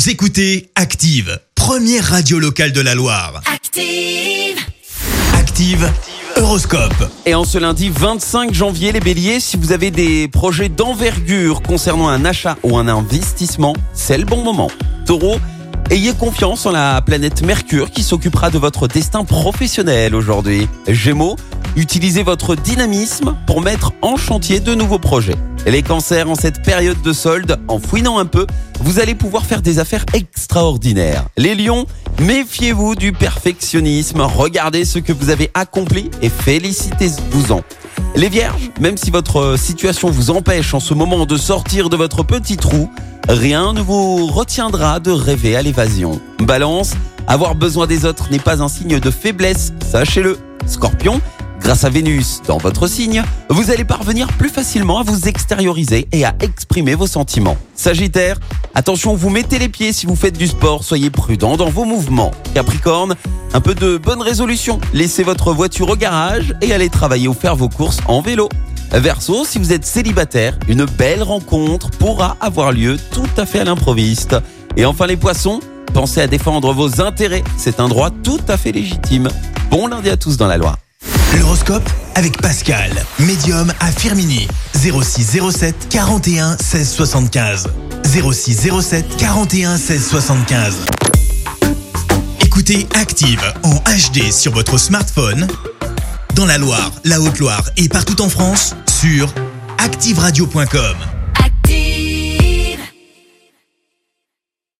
Vous écoutez Active, première radio locale de la Loire. Active. Active Horoscope. Et en ce lundi 25 janvier, les béliers, si vous avez des projets d'envergure concernant un achat ou un investissement, c'est le bon moment. Taureau, ayez confiance en la planète Mercure qui s'occupera de votre destin professionnel aujourd'hui. Gémeaux, utilisez votre dynamisme pour mettre en chantier de nouveaux projets. Et les cancers, en cette période de solde, en fouinant un peu, vous allez pouvoir faire des affaires extraordinaires. Les lions, méfiez-vous du perfectionnisme, regardez ce que vous avez accompli et félicitez-vous-en. Les vierges, même si votre situation vous empêche en ce moment de sortir de votre petit trou, rien ne vous retiendra de rêver à l'évasion. Balance, avoir besoin des autres n'est pas un signe de faiblesse, sachez-le. Scorpion, grâce à Vénus dans votre signe, vous allez parvenir plus facilement à vous extérioriser et à exprimer vos sentiments. Sagittaire, attention, vous mettez les pieds si vous faites du sport, soyez prudent dans vos mouvements. Capricorne, un peu de bonne résolution, laissez votre voiture au garage et allez travailler ou faire vos courses en vélo. Verseau, si vous êtes célibataire, une belle rencontre pourra avoir lieu tout à fait à l'improviste. Et enfin les poissons, pensez à défendre vos intérêts, c'est un droit tout à fait légitime. Bon lundi à tous dans la Loire. L'horoscope avec Pascal, médium à Firminy. 06 07 41 16 75. 06 07 41 16 75. Écoutez Active en HD sur votre smartphone, dans la Loire, la Haute-Loire et partout en France, sur activeradio.com.